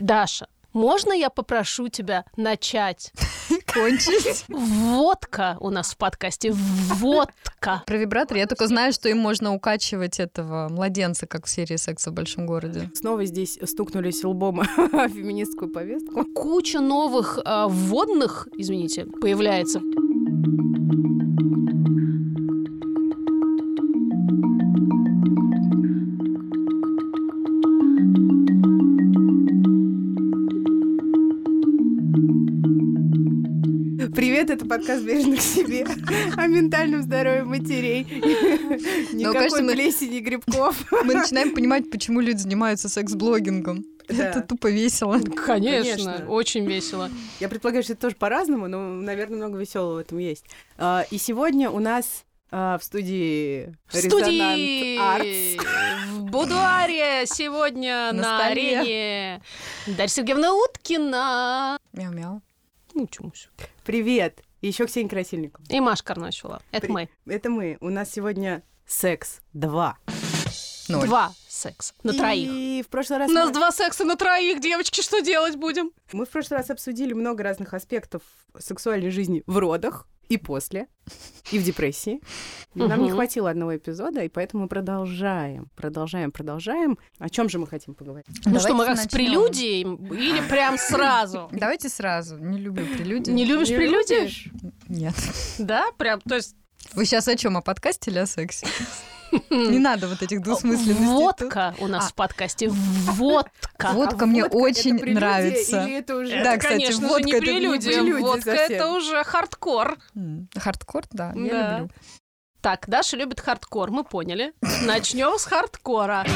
Даша, можно я попрошу тебя начать? Кончить? Водка у нас в подкасте. Водка. Про вибратор я только знаю, что им можно укачивать этого младенца, как в серии «Секс в большом городе». Снова здесь стукнулись лбом о феминистскую повестку. Куча новых вводных, извините, появляется. Привет, это подкаст «Бережно к себе» о ментальном здоровье матерей. Никакой плесени, грибков. Мы начинаем понимать, почему люди занимаются секс-блогингом. Да. Это тупо весело. Конечно, очень весело. Я предполагаю, что это тоже по-разному, но, наверное, много веселого в этом есть. И сегодня у нас в студии «Резонанс Артс». В будуаре сегодня на арене Дарья Сергеевна Уткина. Мяу-мяу. Мучу-мучу. Привет! И еще Ксения Красильникова. И Маша Карначева. Это мы. Это мы. У нас сегодня секс 2. 0. 2 секса на троих. И в прошлый раз... У нас 2 секса на троих, девочки, что делать будем? Мы в прошлый раз обсудили много разных аспектов сексуальной жизни в родах и после, и в депрессии. Но нам не хватило одного эпизода, и поэтому мы продолжаем. О чем же мы хотим поговорить? Ну что, мы как с прелюдией или прям сразу? Давайте сразу. Не люблю прелюдии. Не любишь прелюдии? Нет. Да? Прям, то есть... Вы сейчас о чем? О подкасте или о сексе? Не надо вот этих двусмысленностей. Водка у нас в подкасте. Водка. Водка мне очень нравится. нравится. Или это уже... Это, конечно же, не прелюдия. Водка — это уже хардкор. Хардкор, да, я люблю. Так, Даша любит хардкор, мы поняли. Начнем с хардкора.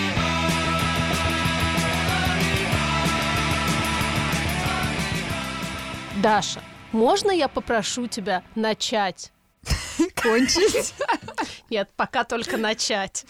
Даша, можно я попрошу тебя начать? Кончить? Нет, пока только начать.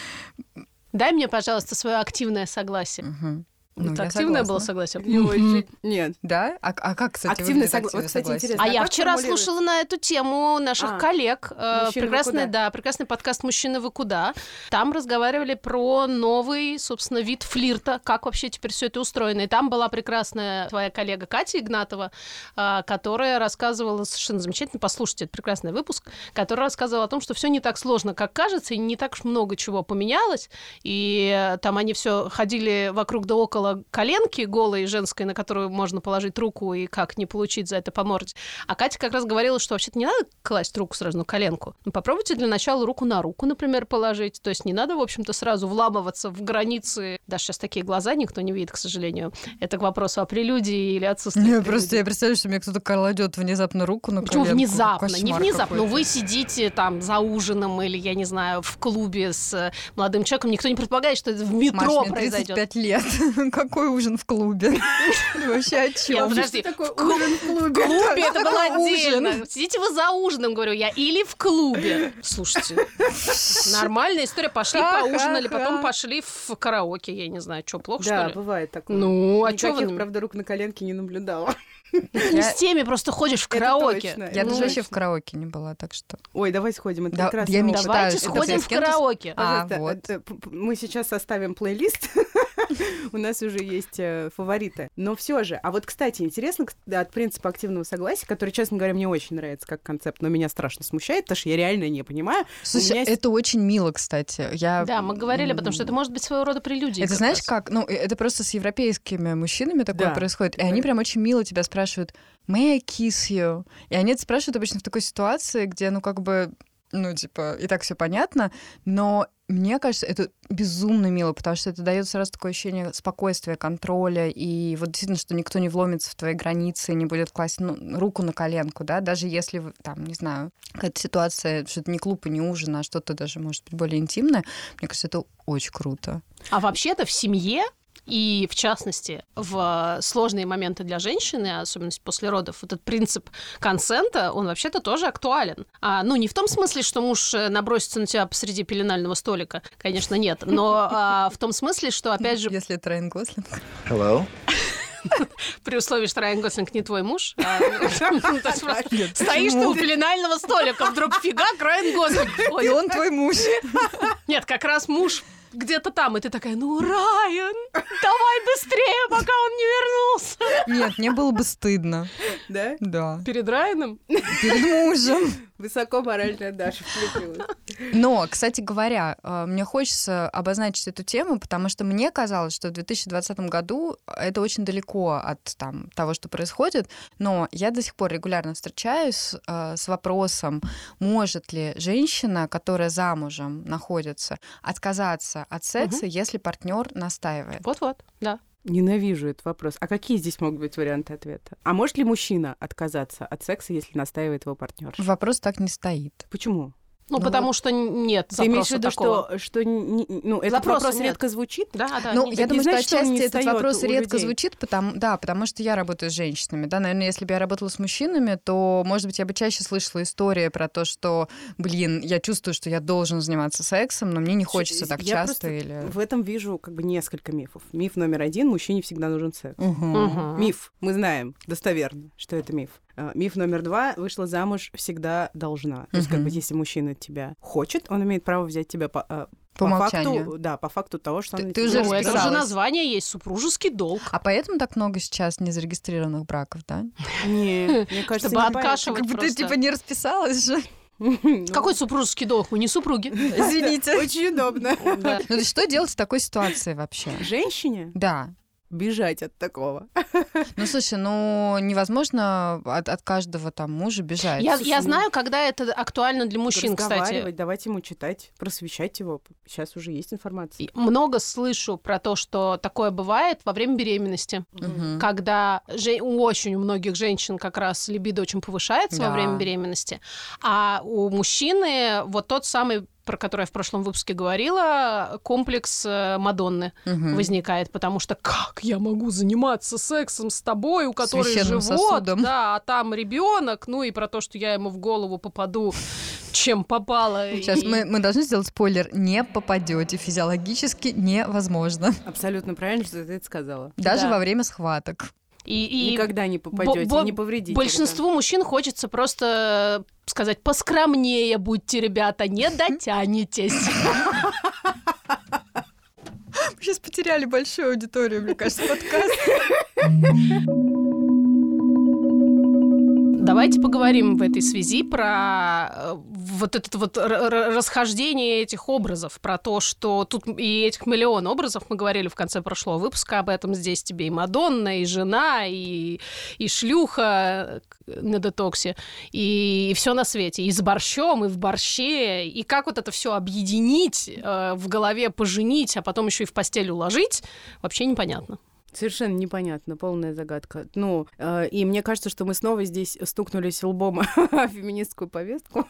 Дай мне, пожалуйста, свое активное согласие. Ну, это активное было согласие? Нет. Да? А как, кстати, активное согласие? Вот, кстати, интересно. А я вчера слушала на эту тему наших коллег. Прекрасный подкаст «Мужчины, вы куда?». Там разговаривали про новый, собственно, вид флирта, как вообще теперь все это устроено. И там была прекрасная твоя коллега Катя Игнатова, которая рассказывала совершенно замечательно, послушайте, это прекрасный выпуск, которая рассказывала о том, что все не так сложно, как кажется, и не так уж много чего поменялось. И там они все ходили вокруг да около коленки голой женской, на которую можно положить руку и как не получить за это по морде. А Катя как раз говорила, что вообще-то не надо класть руку сразу на коленку. Ну, попробуйте для начала руку на руку, например, положить. То есть не надо, в общем-то, сразу вламываться в границы. Даже сейчас такие глаза никто не видит, к сожалению. Это к вопросу о прелюдии или отсутствии прелюдии. Я представляю, что мне кто-то кладет внезапно руку на коленку. Почему внезапно? Не внезапно. Ну, вы сидите там за ужином или, я не знаю, в клубе с молодым человеком. Никто не предполагает, что это в метро произойдет. Мне 35 лет. Какой ужин в клубе? Вообще о чем? Подожди, такой ужин в клубе? В клубе это было отдельно. Сидите вы за ужином, говорю я, или в клубе. Слушайте, нормальная история. Пошли поужинали, потом пошли в караоке. Я не знаю, что, плохо, что ли? Да, бывает такое. Ну, а что вы... Никаких, правда, рук на коленке не наблюдала. Не с теми просто ходишь в караоке. Я даже вообще в караоке не была, так что... Ой, давай сходим. Это прекрасно. Я мечтаю. Давайте сходим в караоке. Мы сейчас составим плейлист. У нас уже есть фавориты. Но все же. А вот, кстати, интересно от принципа активного согласия, который, честно говоря, мне очень нравится как концепт, но меня страшно смущает, потому что я реально не понимаю. Слушай, это очень мило, кстати. Да, мы говорили, потому что это может быть своего рода прелюдия. Это знаешь как? Ну, это просто с европейскими мужчинами такое происходит. И они прям очень мило тебя спрашивают: «May I kiss you?» И они это спрашивают обычно в такой ситуации, где, ну, как бы, ну, типа, и так все понятно, но мне кажется, это безумно мило, потому что это дает сразу такое ощущение спокойствия, контроля, и вот действительно, что никто не вломится в твои границы, не будет класть руку на коленку, да, даже если, там, не знаю, какая-то ситуация, что это не клуб и не ужин, а что-то даже, может быть, более интимное, мне кажется, это очень круто. А вообще-то в семье и, в частности, в сложные моменты для женщины, особенно после родов, этот принцип консента, он вообще-то тоже актуален. Ну, не в том смысле, что муж набросится на тебя посреди пеленального столика, конечно, нет, но в том смысле, что, опять же... Если это Райан Гослинг. Hello? При условии, что Райан Гослинг не твой муж. Стоишь ты у пеленального столика, вдруг фигак, Райан Гослинг. И он твой муж. Нет, как раз муж где-то там, и ты такая, ну, Райан, давай быстрее, пока он не вернулся. Нет, мне было бы стыдно. Да? Да. Перед Райаном? Перед мужем. Высоко моральная Даша включилась. Но, кстати говоря, мне хочется обозначить эту тему, потому что мне казалось, что в 2020 году это очень далеко от того, что происходит, но я до сих пор регулярно встречаюсь с вопросом, может ли женщина, которая замужем находится, отказаться от секса, если партнер настаивает. Вот-вот, да. Ненавижу этот вопрос. А какие здесь могут быть варианты ответа? А может ли мужчина отказаться от секса, если настаивает его партнер? Вопрос так не стоит. Почему? Ну, потому что нет запроса. Ты имеешь в виду, такого. что этот вопрос редко звучит? Да. Ну, я думаю, что отчасти этот вопрос редко людей. звучит, потому что я работаю с женщинами. Да, наверное, если бы я работала с мужчинами, то, может быть, я бы чаще слышала истории про то, что, я чувствую, что я должен заниматься сексом, но мне не хочется так часто. В этом вижу несколько мифов. Миф номер 1 — мужчине всегда нужен секс. Миф. Мы знаем достоверно, что это миф. Миф номер 2 — вышла замуж всегда должна. То есть, если мужчина тебя хочет, он имеет право взять тебя по умолчанию. По факту того, что он... Ты уже это же название есть, супружеский долг. А поэтому так много сейчас незарегистрированных браков, да? Нет, мне кажется, чтобы откашивать как бы ты не расписалась же. Какой супружеский долг? Мы не супруги. Извините. Очень удобно. Ну что делать в такой ситуации вообще? Женщине? Да. Бежать от такого. Ну, слушай, невозможно от каждого мужа бежать. Я знаю, когда это актуально для мужчин, кстати. Давать ему читать, просвещать его. Сейчас уже есть информация. Много слышу про то, что такое бывает во время беременности, когда очень у многих женщин как раз либидо очень повышается во время беременности, а у мужчины вот тот самый, про который я в прошлом выпуске говорила, комплекс Мадонны возникает, потому что как я могу заниматься сексом с тобой, у которой живот, сосудом. да, а там ребенок, ну и про то, что я ему в голову попаду, чем попало. Сейчас мы должны сделать спойлер: не попадете, физиологически невозможно. Абсолютно правильно, что ты это сказала. Даже во время схваток. И никогда не попадете, не повредите. Большинству мужчин хочется просто сказать: поскромнее будьте, ребята, не дотянетесь. Мы сейчас потеряли большую аудиторию, мне кажется, подкаст. Давайте поговорим в этой связи про вот это вот расхождение этих образов, про то, что тут и этих миллион образов, мы говорили в конце прошлого выпуска об этом, здесь тебе и Мадонна, и жена, и шлюха на детоксе, и все на свете, и с борщом, и в борще, и как вот это все объединить, в голове поженить, а потом еще и в постель уложить, вообще непонятно. Совершенно непонятно, полная загадка. И мне кажется, что мы снова здесь стукнулись лбом о феминистскую повестку,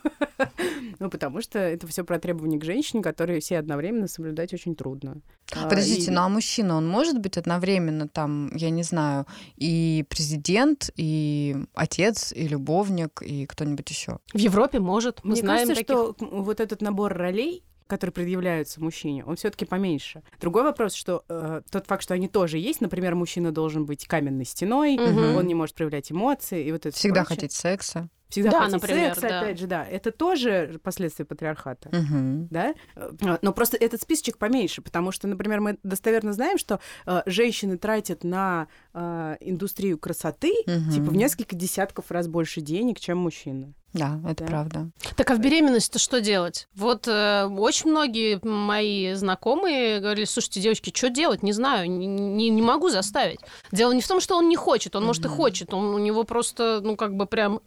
потому что это все про требования к женщине, которые все одновременно соблюдать очень трудно. Подождите, а мужчина, он может быть одновременно я не знаю, и президент, и отец, и любовник, и кто-нибудь еще? В Европе может. Мы знаем кажется, что вот этот набор ролей, которые предъявляются мужчине, он все-таки поменьше. Другой вопрос, что тот факт, что они тоже есть, например, мужчина должен быть каменной стеной, он не может проявлять эмоции, и вот это всегда хотеть секса. Всегда да, хотеть например, секса, да. опять же, да. Это тоже последствия патриархата, да? Но просто этот списочек поменьше, потому что, например, мы достоверно знаем, что женщины тратят на индустрию красоты в несколько десятков раз больше денег, чем мужчины. Да, это правда. Так а в беременности что делать? Вот очень многие мои знакомые говорили: слушайте, девочки, что делать? Не знаю, не могу заставить. Дело не в том, что он не хочет, он, может, и хочет, у него просто, прям...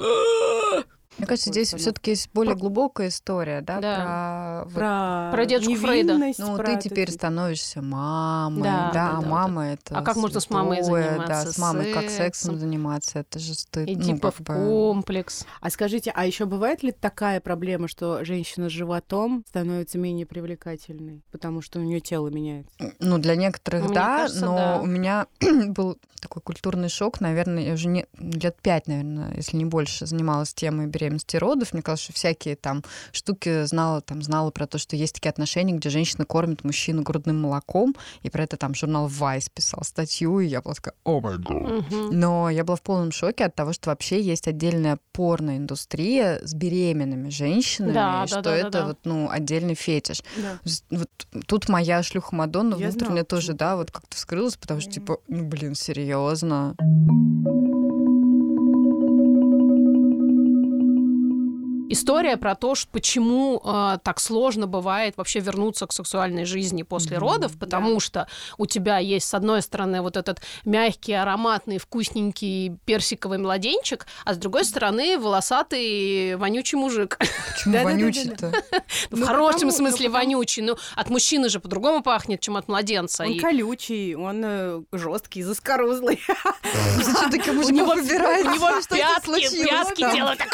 Мне кажется, здесь все-таки есть более глубокая история, да? Про дедушку Фрейда. Ты теперь становишься мамой, мама это. А как можно с мамой заниматься? Да, с мамой как сексом заниматься, это же стыдно. И в комплекс. А скажите, а еще бывает ли такая проблема, что женщина с животом становится менее привлекательной, потому что у нее тело меняется? Для некоторых кажется, но у меня был такой культурный шок, наверное, я уже лет 5, наверное, если не больше, занималась темой беременности беременности и родов. Мне казалось, что всякие там штуки знала про то, что есть такие отношения, где женщина кормит мужчину грудным молоком, и про это там журнал Vice писал статью, и я была такая, о май гад. Но я была в полном шоке от того, что вообще есть отдельная порноиндустрия с беременными женщинами, это вот, ну, отдельный фетиш. Да. Вот тут моя шлюха Мадонна внутренне тоже, да, вот как-то вскрылась, потому что, типа, ну, блин, серьезно. История про то, почему так сложно бывает вообще вернуться к сексуальной жизни после родов, потому что у тебя есть, с одной стороны, вот этот мягкий, ароматный, вкусненький персиковый младенчик, а с другой стороны, волосатый, вонючий мужик. Почему вонючий-то? В хорошем смысле вонючий. Ну, от мужчины же по-другому пахнет, чем от младенца. Он колючий, он жесткий, заскорузлый. У него пятки делают так...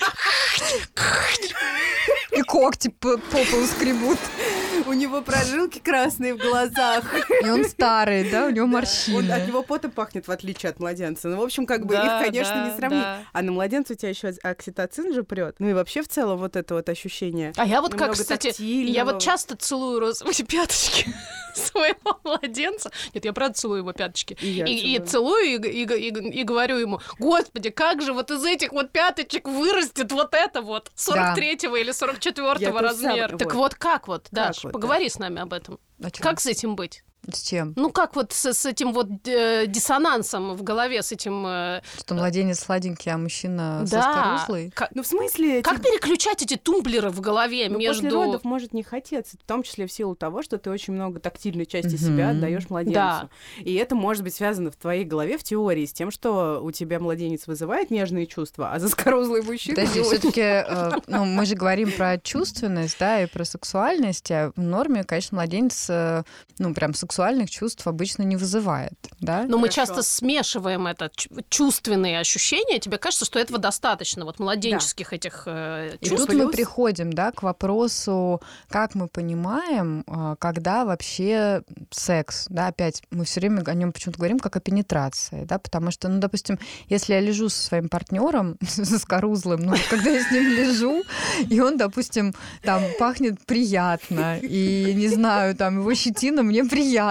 И когти по полу скребут. У него прожилки красные в глазах. И он старый, да? У него морщины. От него потом пахнет, в отличие от младенца. Ну, в общем, как бы их, конечно, не сравнить. А на младенца у тебя еще окситоцин же прет. Ну и вообще в целом вот это вот ощущение. А я вот как, кстати, я вот часто целую розовые пяточки своего младенца. Нет, я правда целую его пяточки. И целую, и говорю ему, господи, как же вот из этих вот пяточек вырастет вот это вот 43-го или 44-го размера. Так вот как вот, Даш, поговори с нами об этом. Как с этим быть? С чем? Ну, как вот с этим вот диссонансом в голове, с этим... Что младенец сладенький, а мужчина заскорузлый? Ну, в смысле... Как переключать эти тумблеры в голове между... После родов может не хотеться, в том числе в силу того, что ты очень много тактильной части себя отдаешь младенцу. Да. И это может быть связано в твоей голове в теории с тем, что у тебя младенец вызывает нежные чувства, а заскорузлый мужчина... Подожди, всё-таки мы же говорим про чувственность, да, и про сексуальность, а в норме, конечно, младенец, прям сексуальных чувств обычно не вызывает, да? Но мы часто смешиваем это чувственные ощущения. Тебе кажется, что этого достаточно, вот младенческих этих чувств? И тут мы приходим, да, к вопросу, как мы понимаем, когда вообще секс, да, опять мы все время о нем почему-то говорим как о пенетрации, да, потому что, ну, допустим, если я лежу со своим партнером, заскорузлым, когда я с ним лежу, и он, допустим, там пахнет приятно, и, не знаю, там его щетина мне приятна,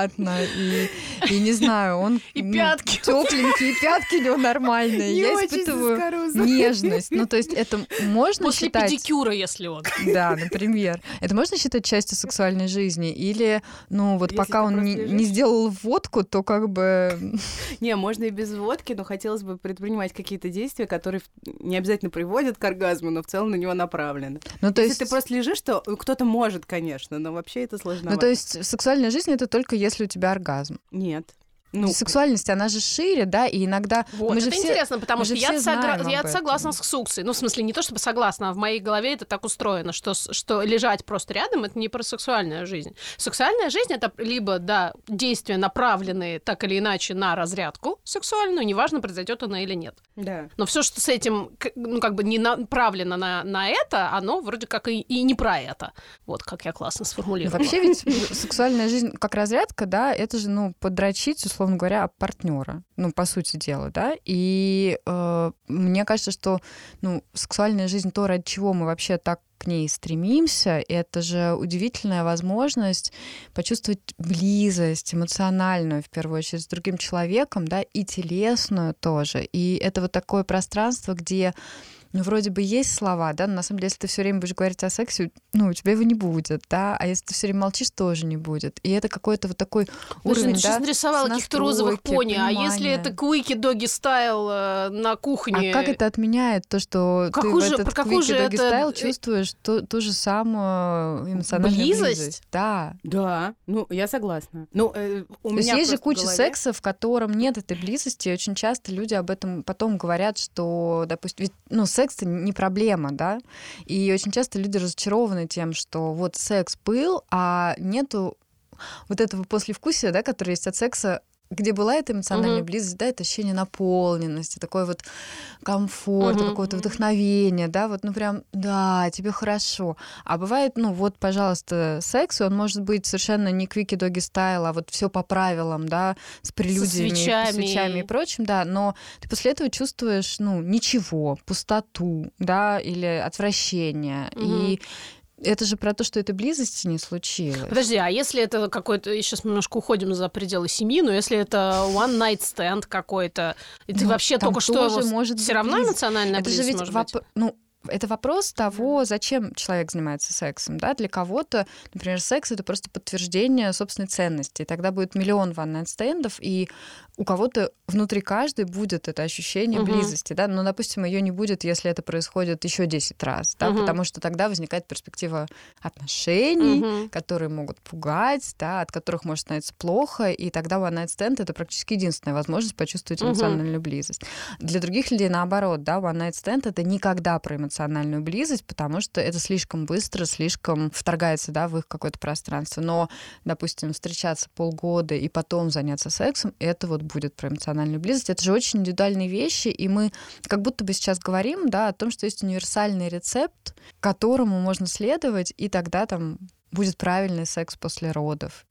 и не знаю, он тёпленький, и пятки у него нормальные. Я испытываю нежность. Ну, то есть это можно считать... После педикюра, если он. Да, например. Это можно считать частью сексуальной жизни? Или, ну, вот пока он не сделал водку, то как бы... Не, можно и без водки, но хотелось бы предпринимать какие-то действия, которые не обязательно приводят к оргазму, но в целом на него направлены. Ну, то есть... Если ты просто лежишь, то кто-то может, конечно, но вообще это сложновато. Ну, то есть сексуальная жизнь — это только если у тебя оргазм. Нет. Сексуальность, она же шире, да, и иногда... Вот, это интересно, потому что я согласна с Ксуксой. Ну, в смысле, не то чтобы согласна, а в моей голове это так устроено, что лежать просто рядом — это не про сексуальную жизнь. Сексуальная жизнь — это либо, да, действия, направленные так или иначе на разрядку сексуальную, неважно, произойдет она или нет. Да. Но все, что с этим, ну, как бы не направлено на это, оно вроде как и не про это. Вот как я классно сформулировала. Вообще ведь сексуальная жизнь как разрядка, да, это же, ну, подрочить, условно говоря, об партнера, ну, по сути дела, да, и мне кажется, что, ну, сексуальная жизнь, то, ради чего мы вообще так к ней стремимся, это же удивительная возможность почувствовать близость эмоциональную, в первую очередь, с другим человеком, да, и телесную тоже, и это вот такое пространство, где ну, вроде бы есть слова, да, но на самом деле, если ты все время будешь говорить о сексе, ну, у тебя его не будет, да, а если ты все время молчишь, тоже не будет. И это какой-то вот такой уровень, да, сейчас нарисовала каких-то розовых пони, понимания. А если это квики-доги стайл на кухне? А как это отменяет то, что ты в этот квики-доги стайл чувствуешь ту же самую эмоциональную близость? Да. Да, ну, я согласна. Ну, у меня есть же куча секса, в котором нет этой близости, и очень часто люди об этом потом говорят, что, допустим, ведь, ну, секс — не проблема, да, и очень часто люди разочарованы тем, что вот секс был, а нету вот этого послевкусия, да, который есть от секса где была эта эмоциональная близость, да, это ощущение наполненности, такой вот комфорта, какого-то вдохновения, да, вот, ну, прям, да, тебе хорошо. А бывает, ну, вот, пожалуйста, секс, он может быть совершенно не квики-доги стайл, а вот все по правилам, да, с прелюдиями, свечами и прочим, да, но ты после этого чувствуешь, ну, ничего, пустоту, да, или отвращение, и это же про то, что этой близости не случилось. Подожди, а если это какой-то... Сейчас немножко уходим за пределы семьи, но если это one-night stand какой-то, и ты вообще только что... Все равно эмоциональная близость может быть? Ну, это вопрос того, зачем человек занимается сексом. Да? Для кого-то, например, секс — это просто подтверждение собственной ценности. И тогда будет миллион one-night-стендов, и у кого-то внутри каждой будет это ощущение близости. Да? Но, допустим, ее не будет, если это происходит еще 10 раз. Да? Потому что тогда возникает перспектива отношений, которые могут пугать, да? От которых может становиться плохо. И тогда one-night-stand — это практически единственная возможность почувствовать эмоциональную близость. Для других людей, наоборот, да? One-night-stand — это никогда про эмоциональную близость, потому что это слишком быстро, слишком вторгается, да, в их какое-то пространство. Но, допустим, встречаться полгода и потом заняться сексом, это вот будет про эмоциональную близость. Это же очень индивидуальные вещи, и мы как будто бы сейчас говорим, да, о том, что есть универсальный рецепт, которому можно следовать, и тогда там будет правильный секс после родов.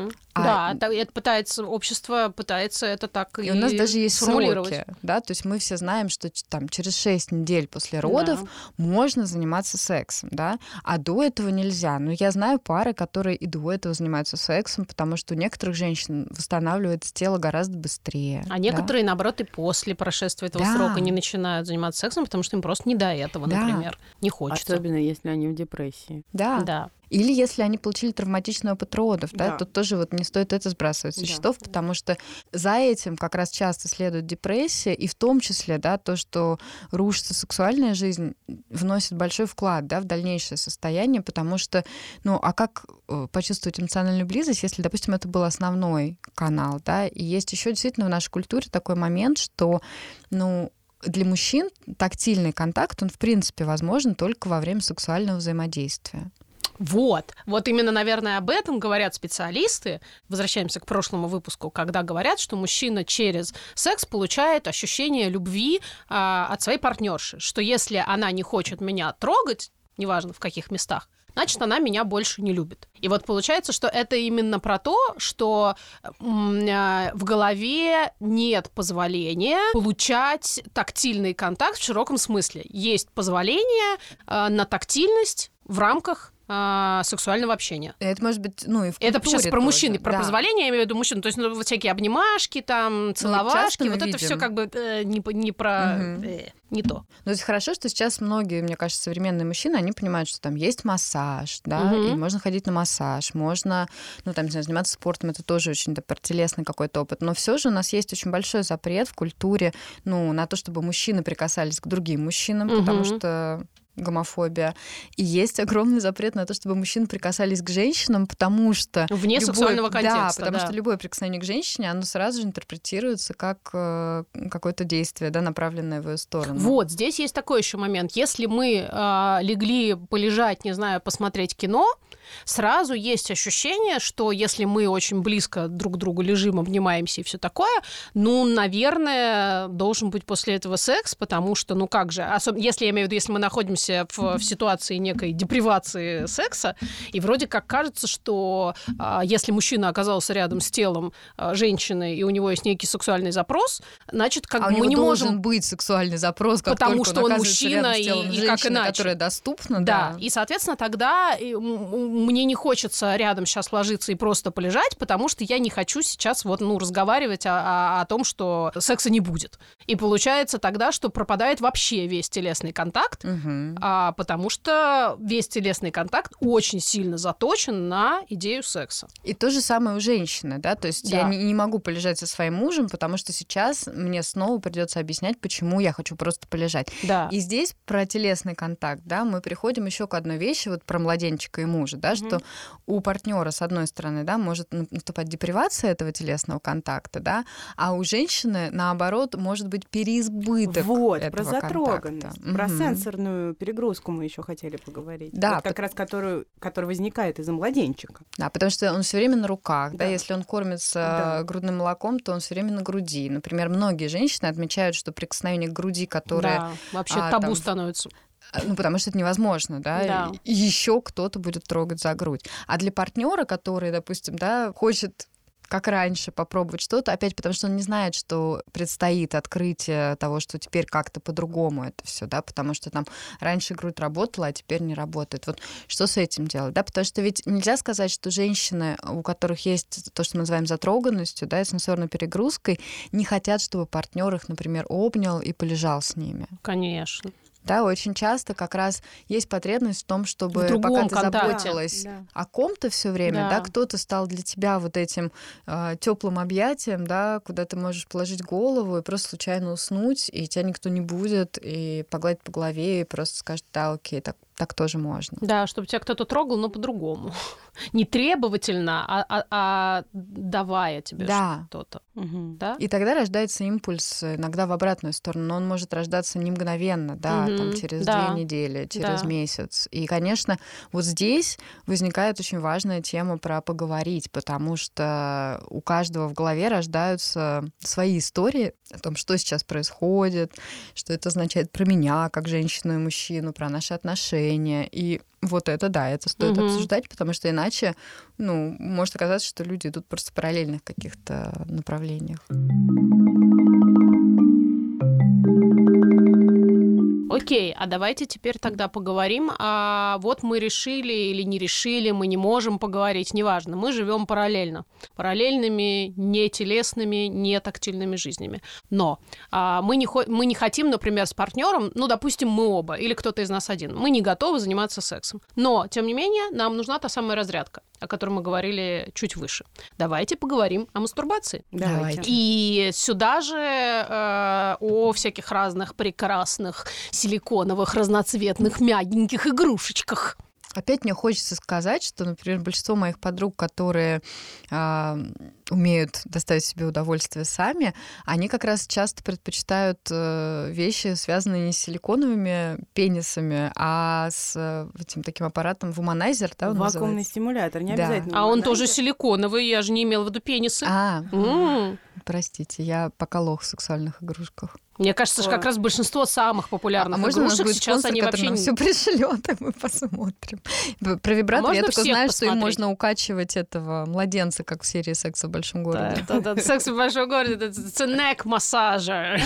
Да, это общество пытается это так и у нас даже есть сроки, да, то есть мы все знаем, что там через 6 недель после родов можно заниматься сексом, да, а до этого нельзя. Но я знаю пары, которые и до этого занимаются сексом, потому что у некоторых женщин восстанавливается тело гораздо быстрее. А некоторые, наоборот, и после прошествия этого срока не начинают заниматься сексом, потому что им просто не до этого, например, не хочется. Особенно, если они в депрессии. Да. Или если они получили травматичный опыт родов, да, тут тоже вот не стоит это сбрасывать со счетов, потому что за этим как раз часто следует депрессия, и в том числе, да, то, что рушится сексуальная жизнь, вносит большой вклад, да, в дальнейшее состояние, потому что, ну, а как почувствовать эмоциональную близость, если, допустим, это был основной канал, да, и есть еще действительно в нашей культуре такой момент, что, ну, для мужчин тактильный контакт, он, в принципе, возможен только во время сексуального взаимодействия. Вот именно, наверное, об этом говорят специалисты. Возвращаемся к прошлому выпуску, когда говорят, что мужчина через секс получает ощущение любви от своей партнерши, что если она не хочет меня трогать, неважно в каких местах, значит, она меня больше не любит. И вот получается, что это именно про то, что в голове нет позволения получать тактильный контакт в широком смысле. Есть позволение на тактильность в рамках сексуального общения. Это может быть, ну, и в культуре. Это сейчас про мужчин, про позволение, я имею в виду мужчин. То есть, ну, всякие обнимашки, там, целовашки, вот это все как бы не про... не то. Но это хорошо, что сейчас многие, мне кажется, современные мужчины, они понимают, что там есть массаж, да, и можно ходить на массаж, можно, ну, там, не знаю, заниматься спортом, это тоже очень телесный какой-то опыт. Но все же у нас есть очень большой запрет в культуре, ну, на то, чтобы мужчины прикасались к другим мужчинам, потому что гомофобия. И есть огромный запрет на то, чтобы мужчины прикасались к женщинам, потому что... Вне сексуального контекста, да. Потому что любое прикосновение к женщине, оно сразу же интерпретируется как какое-то действие, да, направленное в ее сторону. Вот, здесь есть такой еще момент. Если мы легли полежать, не знаю, посмотреть кино, сразу есть ощущение, что если мы очень близко друг к другу лежим, обнимаемся и все такое, ну, наверное, должен быть после этого секс, потому что, ну как же, особенно если я имею в виду, если мы находимся в ситуации некой депривации секса, и вроде как кажется, что если мужчина оказался рядом с телом женщины, и у него есть некий сексуальный запрос, значит, как бы мы не можем... должен быть сексуальный запрос, как потому только что он мужчина, и женщины, как иначе. Которая доступна. Да, и, соответственно, тогда мне не хочется рядом сейчас ложиться и просто полежать, потому что я не хочу сейчас вот, ну, разговаривать о том, что секса не будет. И получается тогда, что пропадает вообще весь телесный контакт, потому что весь телесный контакт очень сильно заточен на идею секса. И то же самое у женщины, да, то есть я не могу полежать со своим мужем, потому что сейчас мне снова придется объяснять, почему я хочу просто полежать. Да. И здесь про телесный контакт, да, мы приходим еще к одной вещи, вот про младенчика и мужа, да, что у партнера с одной стороны, да, может наступать депривация этого телесного контакта, да, а у женщины, наоборот, может быть переизбыток вот, этого про затроганность, контакта. про сенсорную перегрузку мы еще хотели поговорить. Да. Вот как раз который возникает из-за младенчика. Да, потому что он все время на руках, да, если он кормится грудным молоком, то он все время на груди. Например, многие женщины отмечают, что прикосновение к груди, которое... Да, вообще табу становится. Ну, потому что это невозможно, да? И еще кто-то будет трогать за грудь. А для партнера, который, допустим, да, хочет как раньше попробовать что-то, опять потому что он не знает, что предстоит открытие того, что теперь как-то по-другому это все, да, потому что там раньше грудь работала, а теперь не работает. Вот что с этим делать, да, потому что ведь нельзя сказать, что женщины, у которых есть то, что мы называем затроганностью, да, и сенсорной перегрузкой, не хотят, чтобы партнер их, например, обнял и полежал с ними. Конечно. Да, очень часто как раз есть потребность в том, чтобы пока ты заботилась о ком-то все время, да, кто-то стал для тебя вот этим теплым объятием, да, куда ты можешь положить голову и просто случайно уснуть, и тебя никто не будет, и погладить по голове, и просто скажет: да, окей, так тоже можно. Да, чтобы тебя кто-то трогал, но по-другому. Не требовательно, а давая тебе что-то. Да? И тогда рождается импульс иногда в обратную сторону, но он может рождаться не мгновенно, да, там через 2 недели, через месяц. И, конечно, вот здесь возникает очень важная тема про поговорить, потому что у каждого в голове рождаются свои истории о том, что сейчас происходит, что это означает про меня, как женщину и мужчину, про наши отношения. И вот это, да, это стоит обсуждать, потому что иначе, может оказаться, что люди идут просто в параллельных каких-то направлениях. Окей, а давайте теперь тогда поговорим. Вот мы решили или не решили, мы не можем поговорить, неважно. Мы живем параллельно. Параллельными, не телесными, не тактильными жизнями. Но мы не хотим, например, с партнером, допустим, мы оба, или кто-то из нас один, мы не готовы заниматься сексом. Но, тем не менее, нам нужна та самая разрядка, о которой мы говорили чуть выше. Давайте поговорим о мастурбации. Давайте. И сюда же о всяких разных прекрасных силиконовых, разноцветных, мягеньких игрушечках. Опять мне хочется сказать, что, например, большинство моих подруг, которые умеют доставить себе удовольствие сами, они как раз часто предпочитают вещи, связанные не с силиконовыми пенисами, а с этим таким аппаратом вуманайзер, да, он вакуумный называется? Стимулятор, не обязательно. А он тоже силиконовый, я же не имела в виду пенисы. Простите, я пока лох в сексуальных игрушках. Мне кажется, что как раз большинство самых популярных игрушек сейчас они вообще все пришлет, и мы посмотрим. Про вибратор я только знаю, что им можно укачивать этого младенца, как в серии «Секс в большом городе». Да, «Секс в большом городе» — это neck-массажер.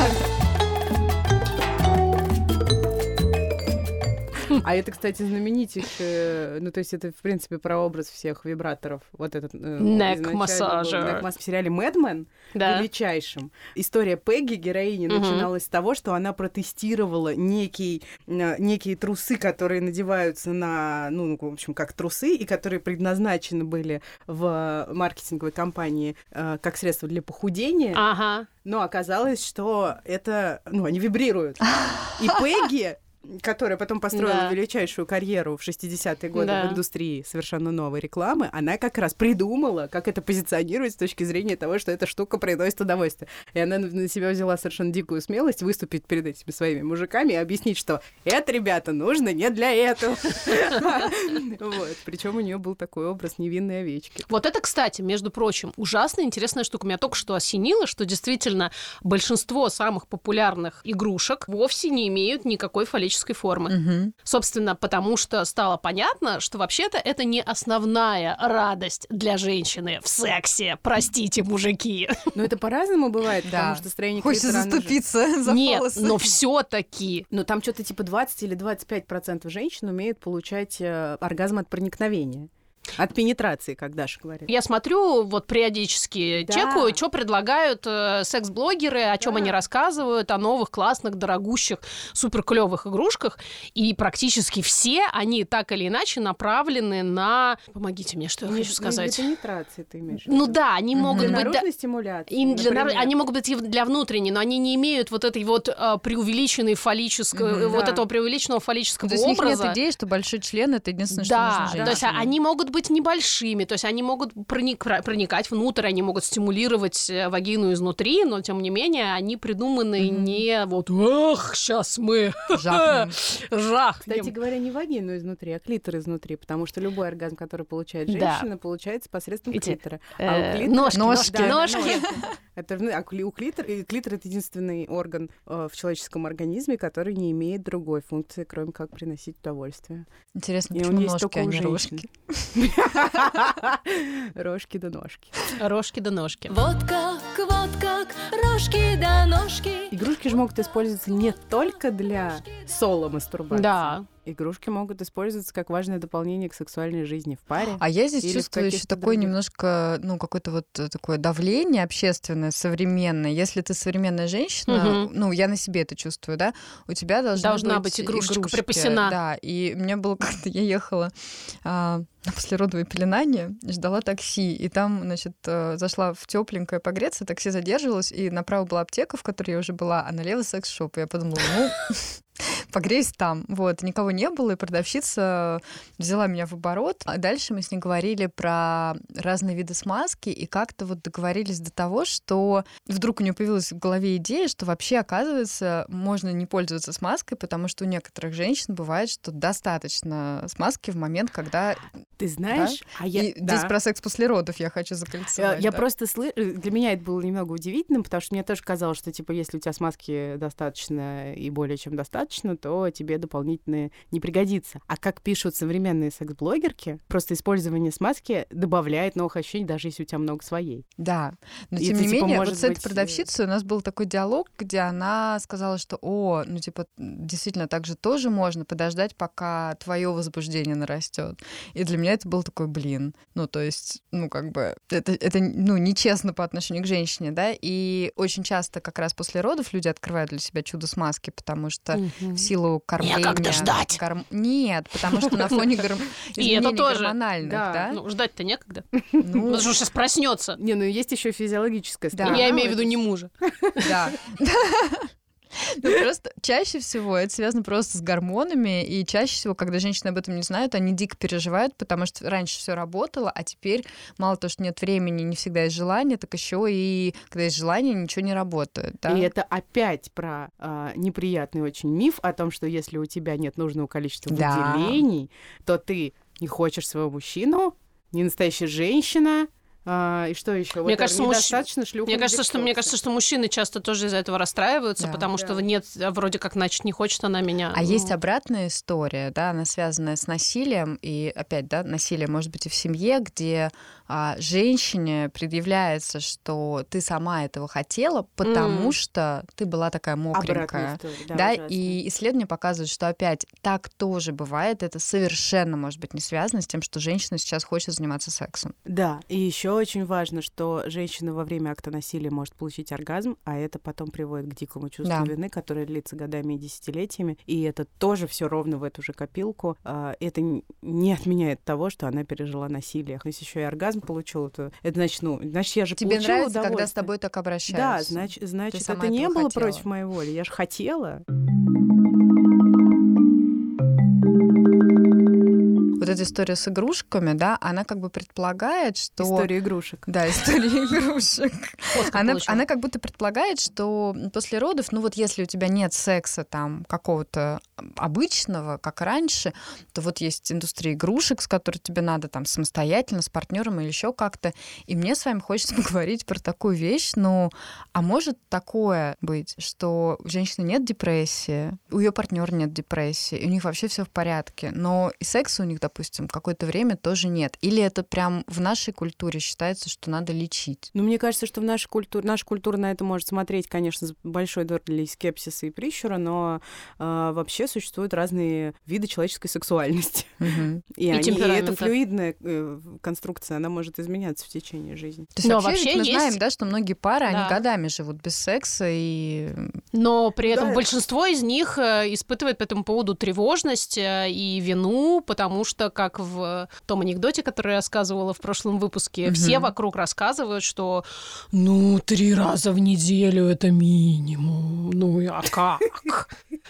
А это, кстати, знаменитейший, то есть это, в принципе, прообраз всех вибраторов. Вот этот neck-массажер. В сериале «Мэдмен», величайшем. История Пегги, героини, начиналась с того, что она протестировала некие трусы, которые надеваются на, в общем, как трусы, и которые предназначены были в маркетинговой кампании как средство для похудения. Но оказалось, что это, они вибрируют. И Пегги, которая потом построила величайшую карьеру в 60-е годы в индустрии совершенно новой рекламы, она как раз придумала, как это позиционировать с точки зрения того, что эта штука приносит удовольствие. И она на себя взяла совершенно дикую смелость выступить перед этими своими мужиками и объяснить, что это, ребята, нужно не для этого. Причем у нее был такой образ невинной овечки. Вот это, кстати, между прочим, ужасно интересная штука. Меня только что осенило, что действительно большинство самых популярных игрушек вовсе не имеют никакой фаллической формы. Собственно, потому что стало понятно, что вообще-то это не основная радость для женщины в сексе. Простите, мужики. Но это по-разному бывает, потому что строение клитора... Хочется заступиться за Нет, волосы. но все-таки. Но там что-то типа 20 или 25% женщин умеют получать оргазм от проникновения. От пенетрации, как Даша говорит. Я смотрю, периодически чекаю, что предлагают секс-блогеры, о чем они рассказывают, о новых, классных, дорогущих, суперклёвых игрушках. И практически все они так или иначе направлены на... Помогите мне, что я хочу сказать. Для пенетрации ты имеешь в виду? Они могут быть... Для наружной стимуляции, они могут быть и для внутренней, но они не имеют вот этой преувеличенной фаллической... этого преувеличенного фаллического образа. То есть у них нет идеи, что большой член — это единственное, что нужно женщине. То есть они могут быть небольшими, то есть они могут проникать внутрь, они могут стимулировать вагину изнутри, но, тем не менее, они придуманы не вот «ах, сейчас мы жахнем». Кстати говоря, не вагину изнутри, а клитор изнутри, потому что любой оргазм, который получает женщина, получается посредством клитора. Ножки. Клитор — это единственный орган в человеческом организме, который не имеет другой функции, кроме как приносить удовольствие. Интересно, почему ножки, а не рожки? Рожки да ножки. Рожки да ножки. Вот как, рожки да ножки. Игрушки же могут использоваться не только для соло-мастурбации. Да. Игрушки могут использоваться как важное дополнение к сексуальной жизни в паре. А я здесь чувствую еще такое немножко, какое-то вот такое давление общественное, современное. Если ты современная женщина, я на себе это чувствую, да, у тебя должна быть игрушечка припасена. Да, и у меня было как-то, я ехала на послеродовое пеленание, ждала такси, и там, значит, зашла в тепленькое погреться, такси задерживалось, и направо была аптека, в которой я уже была, а налево секс-шоп. И я подумала, погреюсь там. Вот, никого не было, и продавщица взяла меня в оборот. А дальше мы с ней говорили про разные виды смазки, и как-то вот договорились до того, что вдруг у нее появилась в голове идея, что вообще, оказывается, можно не пользоваться смазкой, потому что у некоторых женщин бывает, что достаточно смазки в момент, когда... Ты знаешь, да? Здесь про секс после родов я хочу закольцевать. Я просто для меня это было немного удивительным, потому что мне тоже казалось, что, типа, если у тебя смазки достаточно и более чем достаточно, то тебе дополнительно не пригодится. А как пишут современные секс-блогерки, просто использование смазки добавляет новых ощущений, даже если у тебя много своей. Да, но тем не менее, вот с этой продавщицей у нас был такой диалог, где она сказала, что, действительно, так же тоже можно подождать, пока твое возбуждение нарастет. И для меня это был такой, то есть, это нечестно по отношению к женщине, да, и очень часто как раз после родов люди открывают для себя чудо смазки, потому что в силу кормления... Некогда ждать! Нет, потому что на фоне изменений гормональных, да? Ждать-то некогда. Потому что сейчас проснется. Есть еще физиологическая сторона. Я имею в виду не мужа. Да. Просто чаще всего это связано просто с гормонами, и чаще всего, когда женщины об этом не знают, они дико переживают, потому что раньше все работало, а теперь мало того, что нет времени, не всегда есть желание, так еще и когда есть желание, ничего не работает. Да? И это опять про неприятный очень миф о том, что если у тебя нет нужного количества выделений, то ты не хочешь своего мужчину, не настоящая женщина. И что еще? Мне кажется, что мужчины часто тоже из-за этого расстраиваются, потому что нет, вроде как, значит, не хочет она меня. А есть обратная история, да, она связанная с насилием, и опять, да, насилие может быть и в семье, где женщине предъявляется, что ты сама этого хотела, потому что ты была такая мокренькая. Да, и исследования показывают, что опять так тоже бывает, это совершенно может быть не связано с тем, что женщина сейчас хочет заниматься сексом. Да, и еще очень важно, что женщина во время акта насилия может получить оргазм, а это потом приводит к дикому чувству вины, которое длится годами и десятилетиями, и это тоже все ровно в эту же копилку. Это не отменяет того, что она пережила насилие. Если еще и оргазм получила, то это значит, я же тебе получила нравится, когда с тобой так обращаются? Да, значит, это не было против моей воли. Я же хотела. Вот эта история с игрушками, да, она как бы предполагает, что... История игрушек. Да, история игрушек. Она как будто предполагает, что после родов, если у тебя нет секса там какого-то обычного, как раньше, то вот есть индустрия игрушек, с которой тебе надо там самостоятельно, с партнером или еще как-то. И мне с вами хочется поговорить про такую вещь, а может такое быть, что у женщины нет депрессии, у ее партнера нет депрессии, и у них вообще все в порядке, но и секса у них, допустим, какое-то время тоже нет. Или это прям в нашей культуре считается, что надо лечить? Мне кажется, что наша культура на это может смотреть, конечно, с большой долей скепсиса и прищура, но вообще существуют разные виды человеческой сексуальности. И эта флюидная конструкция, она может изменяться в течение жизни. То есть вообще мы знаем, да, что многие пары, они годами живут без секса. Но при этом большинство из них испытывает по этому поводу тревожность и вину, потому что, как в том анекдоте, который я рассказывала в прошлом выпуске, все вокруг рассказывают, что 3 раза в неделю это минимум. А как?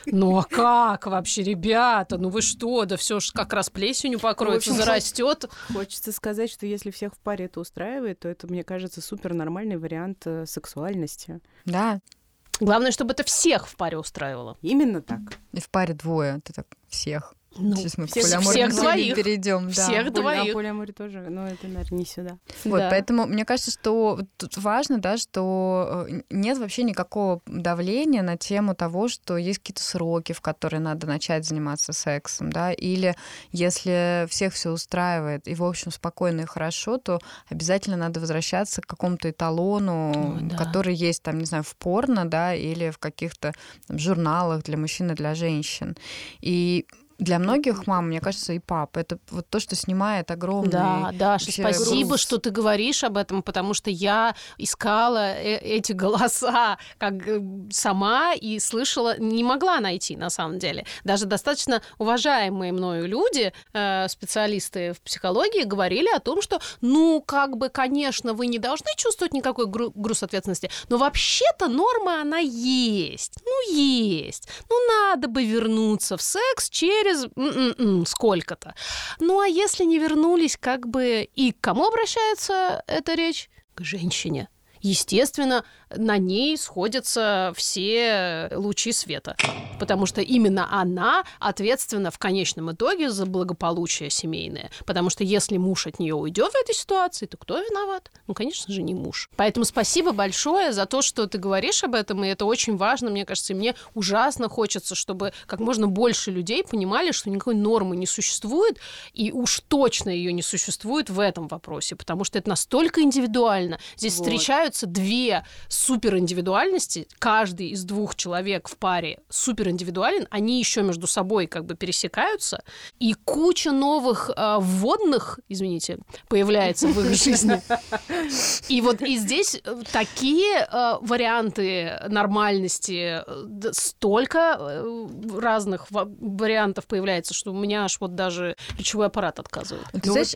Ну а как вообще, ребята? Ну вы что? Да все ж как раз плесенью покроется, зарастет. Хочется сказать, что если всех в паре это устраивает, то это, мне кажется, супер нормальный вариант сексуальности. Да. Главное, чтобы это всех в паре устраивало. Именно так. И в паре двое, ты так всех. Ну, сейчас мы всех двоих перейдем. Всех двоих. А полиаморе тоже, но это, наверное, не сюда. Вот, да. Поэтому мне кажется, что тут важно, да, что нет вообще никакого давления на тему того, что есть какие-то сроки, в которые надо начать заниматься сексом, да, или если всех все устраивает и, в общем, спокойно и хорошо, то обязательно надо возвращаться к какому-то эталону, который есть, там, не знаю, в порно, да, или в каких-то там журналах для мужчин и для женщин. И для многих мам, мне кажется, и пап, это вот то, что снимает огромный... Да, Даша, спасибо, груз. что ты говоришь об этом, потому что я искала эти голоса как сама и слышала, не могла найти, на самом деле. Даже достаточно уважаемые мною люди, специалисты в психологии, говорили о том, что, ну, как бы, конечно, вы не должны чувствовать никакой груз ответственности, но вообще-то норма, она есть. Ну, есть. Ну, надо бы вернуться в секс через сколько-то. Ну, а если не вернулись, как бы и к кому обращается эта речь? К женщине. Естественно, на ней сходятся все лучи света, потому что именно она ответственна в конечном итоге за благополучие семейное. Потому что если муж от нее уйдет в этой ситуации, то кто виноват? Ну, конечно же, не муж. Поэтому спасибо большое за то, что ты говоришь об этом, и это очень важно, мне кажется, и мне ужасно хочется, чтобы как можно больше людей понимали, что никакой нормы не существует, и уж точно ее не существует в этом вопросе, потому что это настолько индивидуально. Здесь встречаются две супериндивидуальности, каждый из двух человек в паре супериндивидуален, они еще между собой как бы пересекаются, и куча новых вводных, извините, появляется в их жизни. И вот и здесь такие варианты нормальности, столько разных вариантов появляется, что у меня аж вот даже речевой аппарат отказывает. Ты знаешь...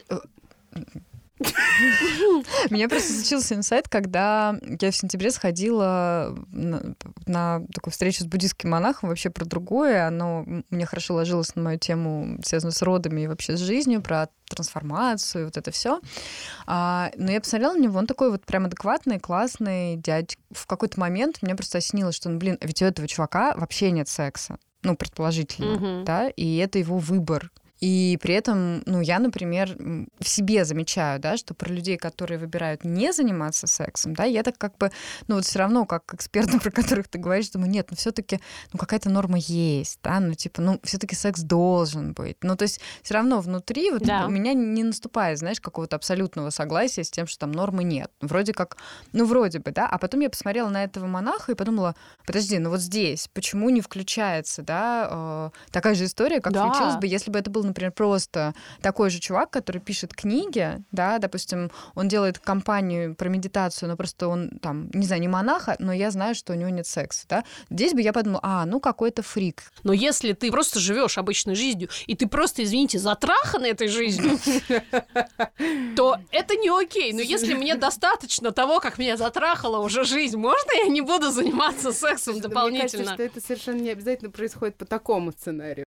Меня просто случился инсайт, когда я в сентябре сходила на такую встречу с буддийским монахом, вообще про другое. Оно мне хорошо ложилось на мою тему, связанную с родами и вообще с жизнью, про трансформацию, вот это все. Но я посмотрела на него, он такой вот прям адекватный, классный дядь. В какой-то момент меня просто осенило, что, ведь у этого чувака вообще нет секса. Ну, предположительно, да, и это его выбор. И при этом, я, например, в себе замечаю, да, что про людей, которые выбирают не заниматься сексом, да, я так как бы, все равно, как эксперты, про которых ты говоришь, думаю, нет, все-таки, какая-то норма есть, да, все-таки секс должен быть. То есть все равно внутри у меня не наступает, знаешь, какого-то абсолютного согласия с тем, что там нормы нет. Вроде как, вроде бы, да, а потом я посмотрела на этого монаха и подумала, подожди, вот здесь почему не включается, да, такая же история, как включилась бы, если бы это был, например, просто такой же чувак, который пишет книги, да, допустим, он делает кампанию про медитацию, но просто он там, не знаю, не монаха, но я знаю, что у него нет секса, да. Здесь бы я подумала, какой-то фрик. Но если ты просто живешь обычной жизнью, и ты просто, извините, затрахана этой жизнью, то это не окей. Но если мне достаточно того, как меня затрахала уже жизнь, можно я не буду заниматься сексом дополнительно? Мне кажется, что это совершенно не обязательно происходит по такому сценарию.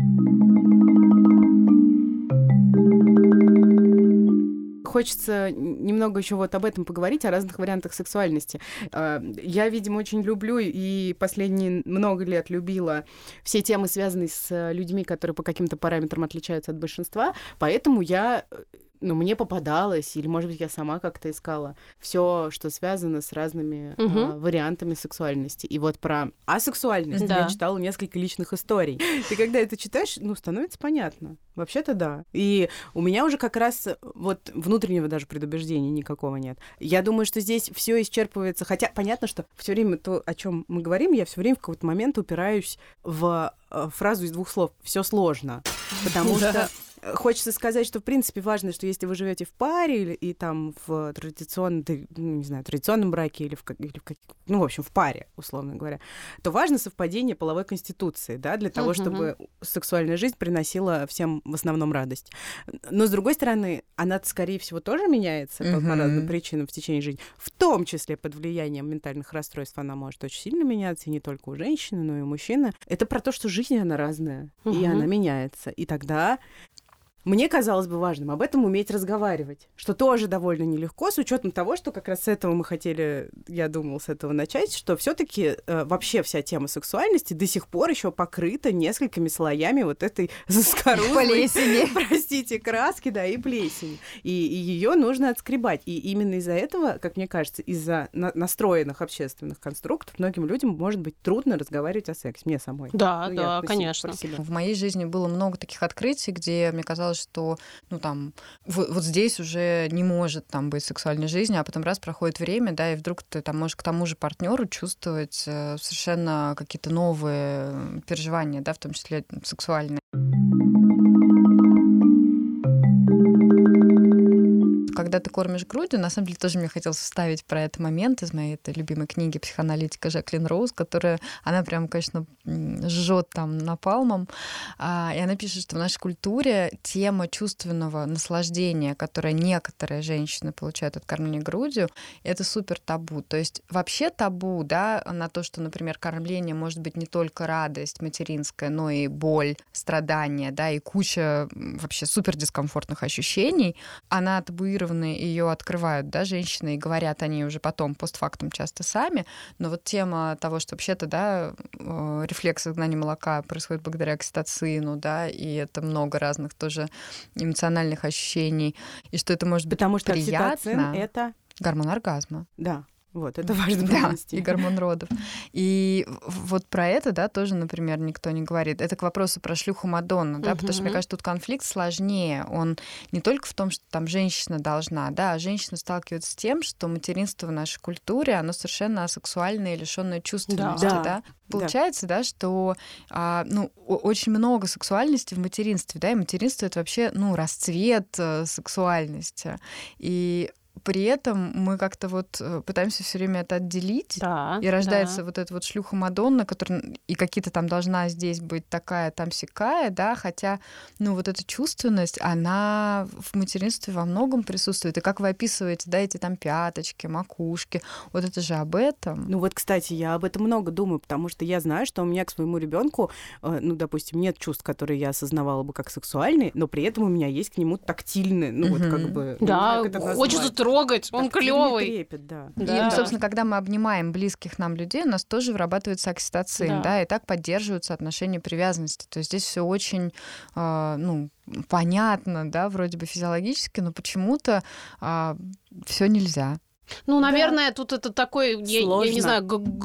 Хочется немного еще вот об этом поговорить, о разных вариантах сексуальности. Я, видимо, очень люблю и последние много лет любила все темы, связанные с людьми, которые по каким-то параметрам отличаются от большинства, поэтому мне попадалось, или, может быть, я сама как-то искала все, что связано с разными вариантами сексуальности. И вот про асексуальность я читала несколько личных историй. И когда это читаешь, становится понятно. Вообще-то да. И у меня уже как раз вот внутреннего даже предубеждения никакого нет. Я думаю, что здесь все исчерпывается. Хотя понятно, что все время то, о чем мы говорим, я все время в какой-то момент упираюсь в фразу из двух слов: все сложно. Потому что Хочется сказать, что, в принципе, важно, что если вы живете в паре и там в традиционном браке или в в паре, условно говоря, то важно совпадение половой конституции, да, для того, чтобы сексуальная жизнь приносила всем в основном радость. Но, с другой стороны, она, скорее всего, тоже меняется по разным причинам в течение жизни, в том числе под влиянием ментальных расстройств она может очень сильно меняться, и не только у женщины, но и у мужчины. Это про то, что жизнь, она разная, и она меняется. И тогда мне казалось бы важным об этом уметь разговаривать, что тоже довольно нелегко, с учетом того, что как раз с этого мы хотели, я думала, с этого начать, что все-таки вообще вся тема сексуальности до сих пор еще покрыта несколькими слоями вот этой заскорузлой, простите, краски, да, и плесени. И ее нужно отскребать. И именно из-за этого, как мне кажется, из-за настроенных общественных конструктов многим людям может быть трудно разговаривать о сексе. Мне самой. Да, конечно. В моей жизни было много таких открытий, где мне казалось, что вот здесь уже не может там быть сексуальной жизни, а потом раз проходит время, да, и вдруг ты там можешь к тому же партнеру чувствовать совершенно какие-то новые переживания, да, в том числе сексуальные. Когда ты кормишь грудью, на самом деле тоже мне хотелось вставить про этот момент из моей этой любимой книги психоаналитика Жаклин Роуз, которая, она прям, конечно, жжет там напалмом. И она пишет, что в нашей культуре тема чувственного наслаждения, которое некоторые женщины получают от кормления грудью, это супер табу. То есть вообще табу, да, на то, что, например, кормление может быть не только радость материнская, но и боль, страдания, да, и куча вообще супер дискомфортных ощущений, она табуирована, ее открывают, да, женщины, и говорят они уже потом, постфактум часто сами, но вот тема того, что вообще-то, да, рефлекс изгнания молока происходит благодаря окситоцину, да, и это много разных тоже эмоциональных ощущений, и что это может быть потому что приятно. Окситоцин — это гормон оргазма. Да. Вот, это важно провести. Да, и гормон родов. И вот про это, да, тоже, например, никто не говорит. Это к вопросу про шлюху Мадонну, да, потому что, мне кажется, тут конфликт сложнее. Он не только в том, что там женщина должна, да, а женщина сталкивается с тем, что материнство в нашей культуре, оно совершенно асексуальное и лишённое чувственности, да. Получается, да, что очень много сексуальности в материнстве, да, и материнство — это вообще, расцвет сексуальности. И при этом мы как-то вот пытаемся все время это отделить, и рождается вот эта вот шлюха Мадонна, которая и какие-то там должна здесь быть такая, там сякая, да, хотя, вот эта чувственность, она в материнстве во многом присутствует. И как вы описываете, да, эти там пяточки, макушки, вот это же об этом. Вот, кстати, я об этом много думаю, потому что я знаю, что у меня к своему ребенку, допустим, нет чувств, которые я осознавала бы как сексуальные, но при этом у меня есть к нему тактильные, Да, хочется трогать, он клёвый. Трепет, да. И, собственно, когда мы обнимаем близких нам людей, у нас тоже вырабатывается окситоцин, да, и так поддерживаются отношения привязанности. То есть здесь все очень, понятно, да, вроде бы физиологически, но почему-то все нельзя. Наверное, тут это такой, я не знаю,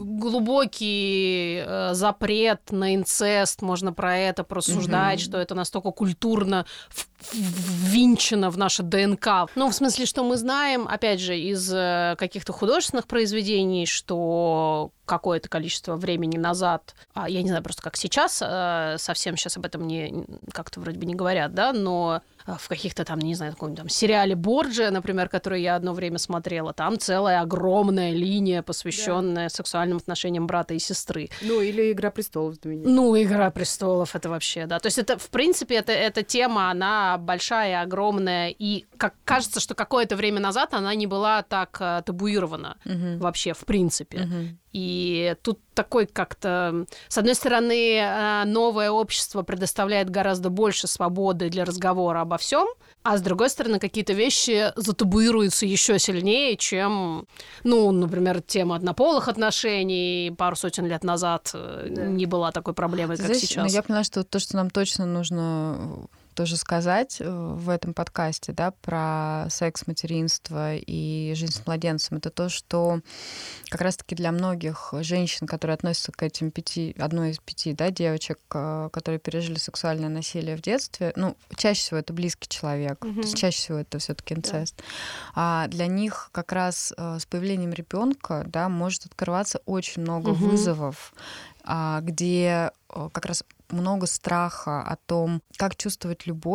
глубокий запрет на инцест. Можно про это просуждать, что это настолько культурно ввинчено в наше ДНК. В смысле, что мы знаем, опять же, из каких-то художественных произведений, что какое-то количество времени назад, я не знаю просто как сейчас, совсем сейчас об этом как-то вроде бы не говорят, да, но в каких-то там, не знаю, каком-нибудь там сериале «Борджиа», например, который я одно время смотрела, там целая огромная линия, посвященная сексуальным отношениям брата и сестры. Или «Игра престолов» знаменитая. «Игра престолов» — это вообще, да. То есть это, в принципе, эта тема, она большая, огромная, и кажется, что какое-то время назад она не была так табуирована вообще, в принципе. И тут такой как-то... С одной стороны, новое общество предоставляет гораздо больше свободы для разговора обо всем, а с другой стороны, какие-то вещи затабуируются еще сильнее, чем, например, тема однополых отношений пару сотен лет назад не была такой проблемой, как сейчас. Я поняла, что то, что нам точно нужно тоже сказать в этом подкасте, да, про секс, материнство и жизнь с младенцем, это то, что как раз-таки для многих женщин, которые относятся к этим одной из 5, да, девочек, которые пережили сексуальное насилие в детстве, чаще всего это близкий человек, то есть чаще всего это все-таки инцест. А для них как раз с появлением ребенка, да, может открываться очень много вызовов, где как раз много страха о том, как чувствовать любовь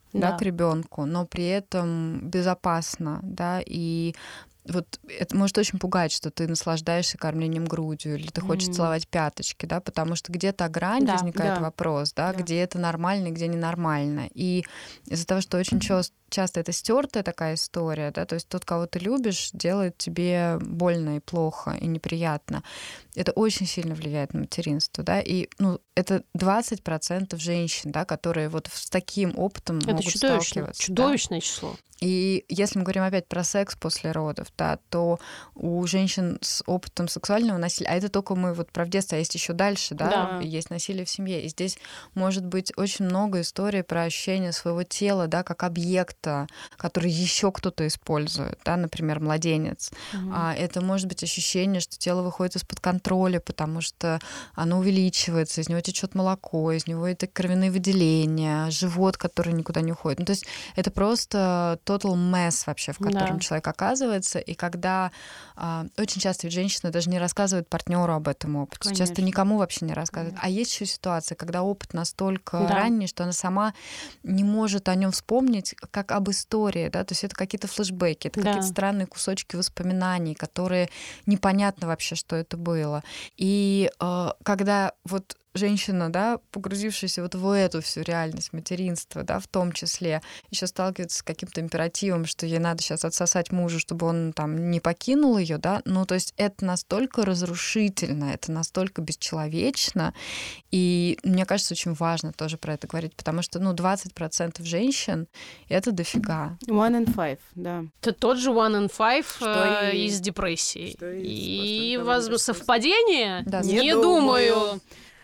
да, к ребенку, но при этом безопасно, да, и вот это может очень пугать, что ты наслаждаешься кормлением грудью, или ты хочешь целовать пяточки, да, потому что где-то грань возникает вопрос, да, где это нормально и где ненормально. И из-за того, что очень часто это стертая такая история, да, то есть тот, кого ты любишь, делает тебе больно и плохо, и неприятно. Это очень сильно влияет на материнство, да, и, это 20% женщин, да, которые вот с таким опытом могут сталкиваться. Чудовищное число. И если мы говорим опять про секс после родов, да, то у женщин с опытом сексуального насилия, а это только мы вот про детство, а есть еще дальше, да, есть насилие в семье. И здесь может быть очень много историй про ощущение своего тела, да, как объекта, который еще кто-то использует, да, например, младенец. Это может быть ощущение, что тело выходит из-под контроля, потому что оно увеличивается, из него течет молоко, из него это кровяные выделения, живот, который никуда не уходит. То есть это просто total mess вообще, в котором человек оказывается. И когда очень часто ведь женщины даже не рассказывают партнеру об этом опыте. Конечно. Часто никому вообще не рассказывают. А есть еще ситуация, когда опыт настолько ранний, что она сама не может о нем вспомнить как об истории. Да? То есть это какие-то флешбеки, это какие-то странные кусочки воспоминаний, которые непонятно вообще, что это было. И когда вот женщина, да, погрузившаяся вот в эту всю реальность материнства, да, в том числе, еще сталкивается с каким-то императивом, что ей надо сейчас отсосать мужа, чтобы он там не покинул ее, да, то есть это настолько разрушительно, это настолько бесчеловечно, и мне кажется, очень важно тоже про это говорить, потому что, 20% женщин — это дофига. 1 in 5, да. Это тот же 1 in 5 из депрессии. И, возможно, совпадение? Да, не думаю.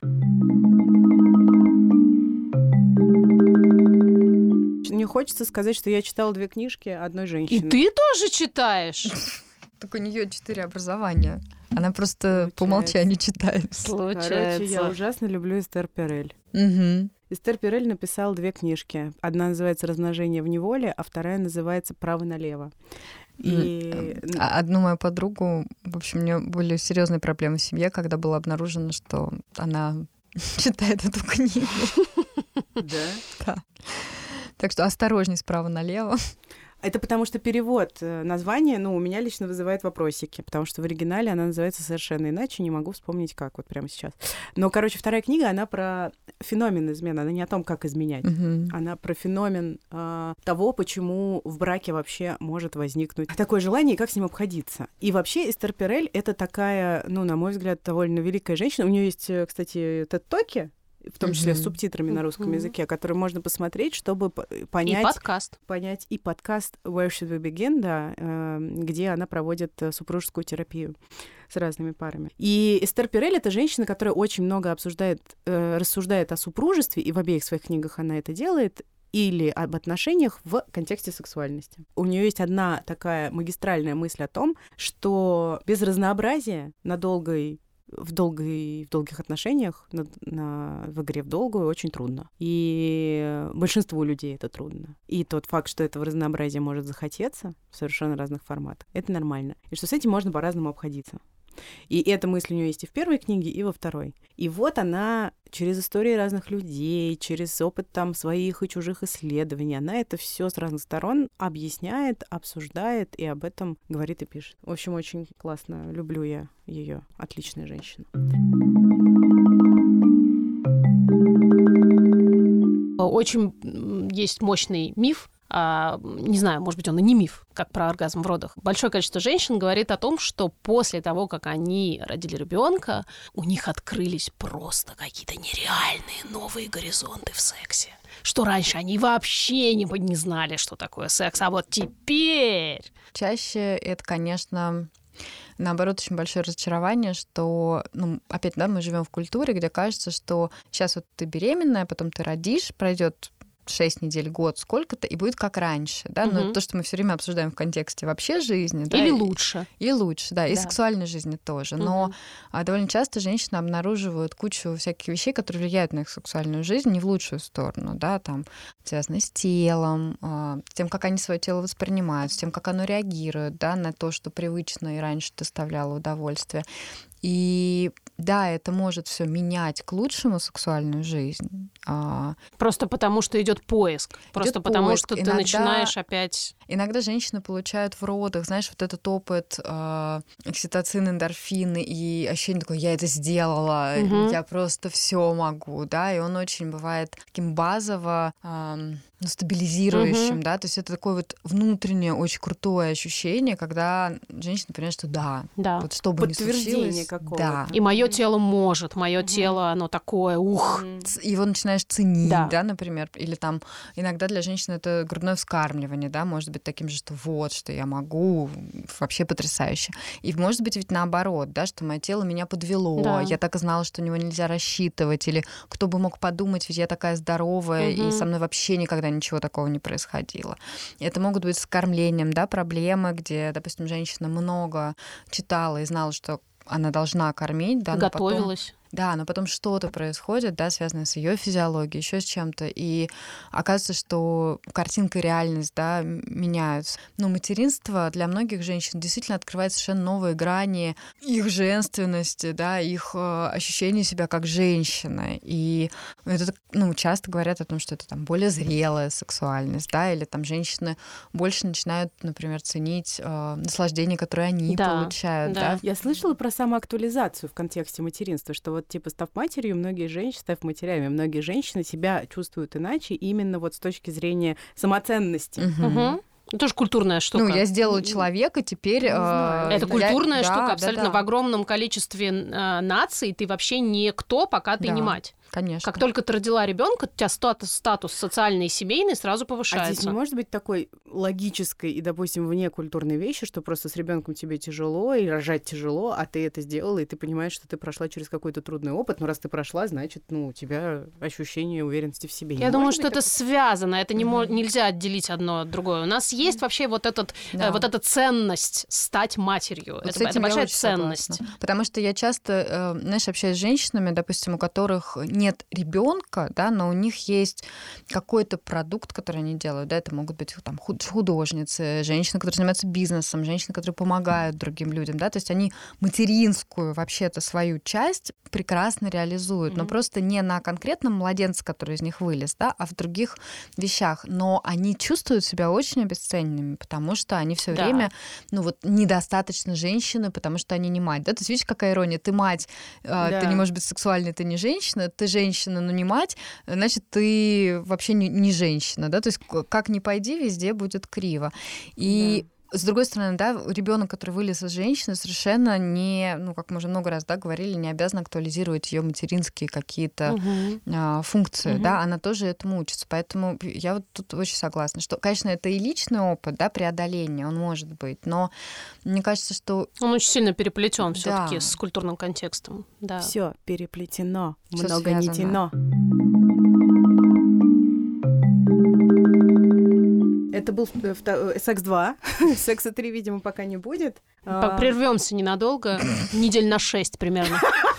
Мне хочется сказать, что я читала 2 книжки одной женщины. И ты тоже читаешь? Так у нее 4 образования. Она просто по умолчанию читает. Случается. Короче, я ужасно люблю Эстер Перель. Угу. Эстер Перель написала 2 книжки. Одна называется «Размножение в неволе», а вторая называется «Право налево». И одну мою подругу, в общем, у нее были серьезные проблемы в семье, когда было обнаружено, что она читает эту книгу. Да? Да. Так что осторожней справа налево. Это потому что перевод названия, у меня лично вызывает вопросики, потому что в оригинале она называется совершенно иначе, не могу вспомнить как вот прямо сейчас. Но, вторая книга, она про феномен измены, она не о том, как изменять. Она про феномен того, почему в браке вообще может возникнуть такое желание и как с ним обходиться. И вообще Эстер Перель — это такая, на мой взгляд, довольно великая женщина. У нее есть, кстати, TED-токи, в том числе с субтитрами на русском языке, которые можно посмотреть, чтобы понять... И подкаст. Понять и подкаст «Where should we begin», да, где она проводит супружескую терапию с разными парами. И Эстер Перель — это женщина, которая очень много рассуждает о супружестве, и в обеих своих книгах она это делает, или об отношениях в контексте сексуальности. У нее есть одна такая магистральная мысль о том, что без разнообразия в долгих отношениях, в игре в долгую очень трудно. И большинству людей это трудно. И тот факт, что этого разнообразия может захотеться в совершенно разных форматах, это нормально. И что с этим можно по-разному обходиться. И эта мысль у нее есть и в первой книге, и во второй. И вот она через истории разных людей, через опыт своих и чужих исследований, она это все с разных сторон объясняет, обсуждает и об этом говорит и пишет. В общем, очень классно. Люблю я ее. Отличная женщина. Очень есть мощный миф. Не знаю, может быть, он и не миф, как про оргазм в родах. Большое количество женщин говорит о том, что после того, как они родили ребенка, у них открылись просто какие-то нереальные новые горизонты в сексе. Что раньше они вообще не знали, что такое секс, а вот теперь... Чаще это, конечно, наоборот, очень большое разочарование, что, опять, да, мы живем в культуре, где кажется, что сейчас вот ты беременная, потом ты родишь, пройдет 6 недель, год, сколько-то, и будет как раньше, да, но это то, что мы все время обсуждаем в контексте вообще жизни, да. Или лучше. И лучше, да, и сексуальной жизни тоже. Но довольно часто женщины обнаруживают кучу всяких вещей, которые влияют на их сексуальную жизнь не в лучшую сторону, да, там, связанные с телом, с тем, как они свое тело воспринимают, с тем, как оно реагирует, да, на то, что привычно и раньше доставляло удовольствие. И да, это может все менять к лучшему сексуальную жизнь, Просто потому, что идет поиск. Просто потому, что ты начинаешь опять... Иногда женщины получают в родах, знаешь, вот этот опыт окситоцин, эндорфины и ощущение такое, я это сделала, я просто все могу, да, и он очень бывает таким базово стабилизирующим, да, то есть это такое вот внутреннее очень крутое ощущение, когда женщина понимает, что да. Вот что бы ни случилось, какого-то. И мое тело может, мое тело, оно такое, Его начинаешь ценить, да, например, или там иногда для женщин это грудное вскармливание, да, может быть таким же, что вот, что я могу, вообще потрясающе. И может быть ведь наоборот, да, что мое тело меня подвело, я так и знала, что на него нельзя рассчитывать, или кто бы мог подумать, ведь я такая здоровая, и со мной вообще никогда ничего такого не происходило. И это могут быть с кормлением, да, проблемы, где, допустим, женщина много читала и знала, что она должна кормить, да, готовилась. Но потом что-то происходит, да, связанное с ее физиологией, еще с чем-то, и оказывается, что картинка и реальность, да, меняются. Но материнство для многих женщин действительно открывает совершенно новые грани их женственности, да, их ощущения себя как женщины. И это, часто говорят о том, что это там более зрелая сексуальность, да, или там женщины больше начинают, например, ценить наслаждение, которое они получают, да. Я слышала про самоактуализацию в контексте материнства, что вот типа став матерью, многие женщины, став матерями, многие женщины себя чувствуют иначе именно вот с точки зрения самоценности. Тоже культурная штука. Я сделала человека, теперь... Это культурная штука, абсолютно. В огромном количестве наций ты вообще никто, пока ты не мать. Конечно. Как только ты родила ребенка, у тебя статус социальный и семейный сразу повышается. А здесь не может быть такой логической и, допустим, внекультурной вещи, что просто с ребенком тебе тяжело и рожать тяжело, а ты это сделала, и ты понимаешь, что ты прошла через какой-то трудный опыт, но раз ты прошла, значит, у тебя ощущение уверенности в себе. Я думаю, что это связано, это нельзя отделить одно от другое. У нас есть вообще вот эта ценность стать матерью. Вот это большая ценность. Согласна. Потому что я часто, общаюсь с женщинами, допустим, у которых нет ребенка, да, но у них есть какой-то продукт, который они делают, да, это могут быть там художницы, женщины, которые занимаются бизнесом, женщины, которые помогают другим людям, да, то есть они материнскую вообще-то свою часть прекрасно реализуют, но просто не на конкретном младенце, который из них вылез, да, а в других вещах, но они чувствуют себя очень обесцененными, потому что они все время, недостаточно женщины, потому что они не мать, да, то есть видишь, какая ирония, ты мать, ты не можешь быть сексуальной, ты не женщина, ты женщина, но не мать, значит, ты вообще не женщина, да, то есть как ни пойди, везде будет криво. И с другой стороны, да, ребенок, который вылез из женщины, совершенно не, как мы уже много раз, да, говорили, не обязан актуализировать ее материнские какие-то функции, да, она тоже этому учится. Поэтому я вот тут очень согласна, что, конечно, это и личный опыт, да, преодоления, он может быть, но мне кажется, что... Он очень сильно переплетен все-таки с культурным контекстом. Да. Все переплетено, много нитено. Это был секс 2. Секса 3, видимо, пока не будет. Прервемся ненадолго, недель на 6 примерно.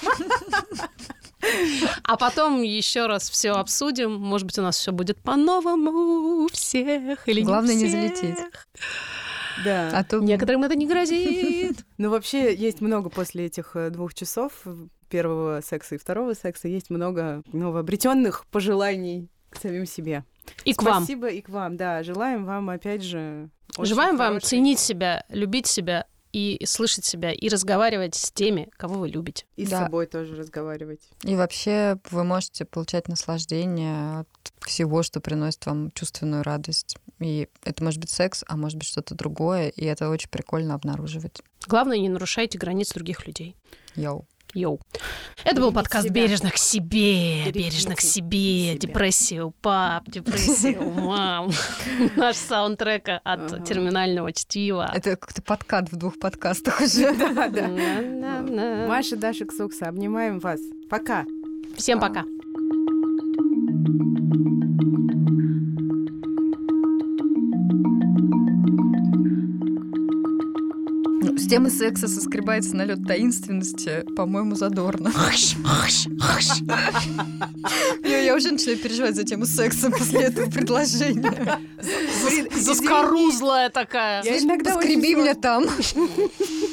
А потом еще раз все обсудим. Может быть, у нас все будет по-новому у всех или главное не всех. Не залететь. Да. А то... Некоторым это не грозит. Ну, вообще, есть много после этих 2 часов первого секса и второго секса. Есть много новообретенных пожеланий к самим себе. И к вам. Спасибо и к вам, да. Желаем вам, опять же, желаем вам ценить себя, любить себя и слышать себя, и разговаривать с теми, кого вы любите. И с собой тоже разговаривать. И вообще вы можете получать наслаждение от всего, что приносит вам чувственную радость. И это может быть секс, а может быть что-то другое, и это очень прикольно обнаруживать. Главное, не нарушайте границ других людей. Йоу. Это был подкаст «Бережно к себе», «Бережно к себе», депрессия у пап, депрессия у мам. Наш саундтрек от терминального чтива. Это как-то подкат в 2 подкастах уже. Да. Маша, Даша, Ксукса, обнимаем вас. Пока. Всем пока. С темы секса соскребается налет таинственности, по-моему, задорно. Я уже начинаю переживать за тему секса после этого предложения. Заскорузлая такая. Поскреби меня там.